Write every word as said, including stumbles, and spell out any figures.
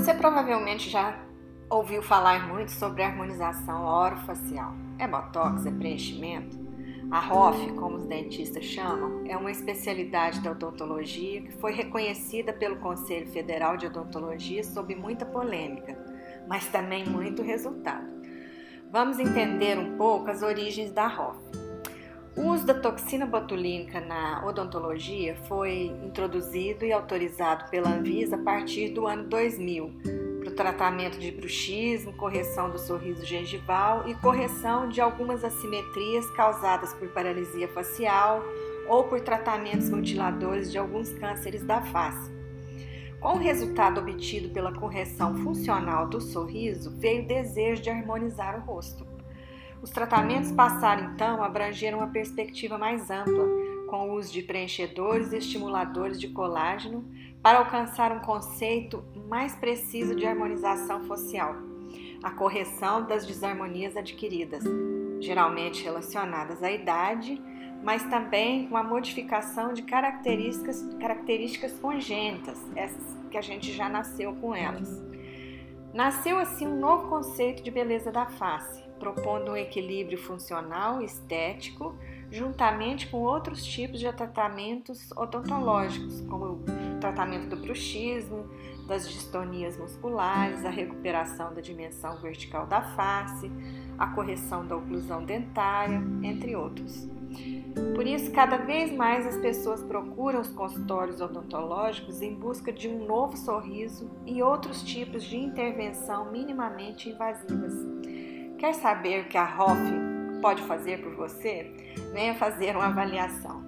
Você provavelmente já ouviu falar muito sobre a harmonização orofacial. É botox, é preenchimento? A R O F, como os dentistas chamam, é uma especialidade da odontologia que foi reconhecida pelo Conselho Federal de Odontologia sob muita polêmica, mas também muito resultado. Vamos entender um pouco as origens da R O F. O uso da toxina botulínica na odontologia foi introduzido e autorizado pela Anvisa a partir do ano dois mil, para o tratamento de bruxismo, correção do sorriso gengival e correção de algumas assimetrias causadas por paralisia facial ou por tratamentos mutiladores de alguns cânceres da face. Com o resultado obtido pela correção funcional do sorriso, veio o desejo de harmonizar o rosto. Os tratamentos passaram então a abranger uma perspectiva mais ampla, com o uso de preenchedores e estimuladores de colágeno para alcançar um conceito mais preciso de harmonização facial, a correção das desarmonias adquiridas, geralmente relacionadas à idade, mas também com a modificação de características, características congênitas, essas que a gente já nasceu com elas. Nasceu assim um novo conceito de beleza da face, propondo um equilíbrio funcional e estético, juntamente com outros tipos de tratamentos odontológicos, como o tratamento do bruxismo, das distonias musculares, a recuperação da dimensão vertical da face, a correção da oclusão dentária, entre outros. Por isso, cada vez mais as pessoas procuram os consultórios odontológicos em busca de um novo sorriso e outros tipos de intervenção minimamente invasivas. Quer saber o que a R O F pode fazer por você? Venha fazer uma avaliação.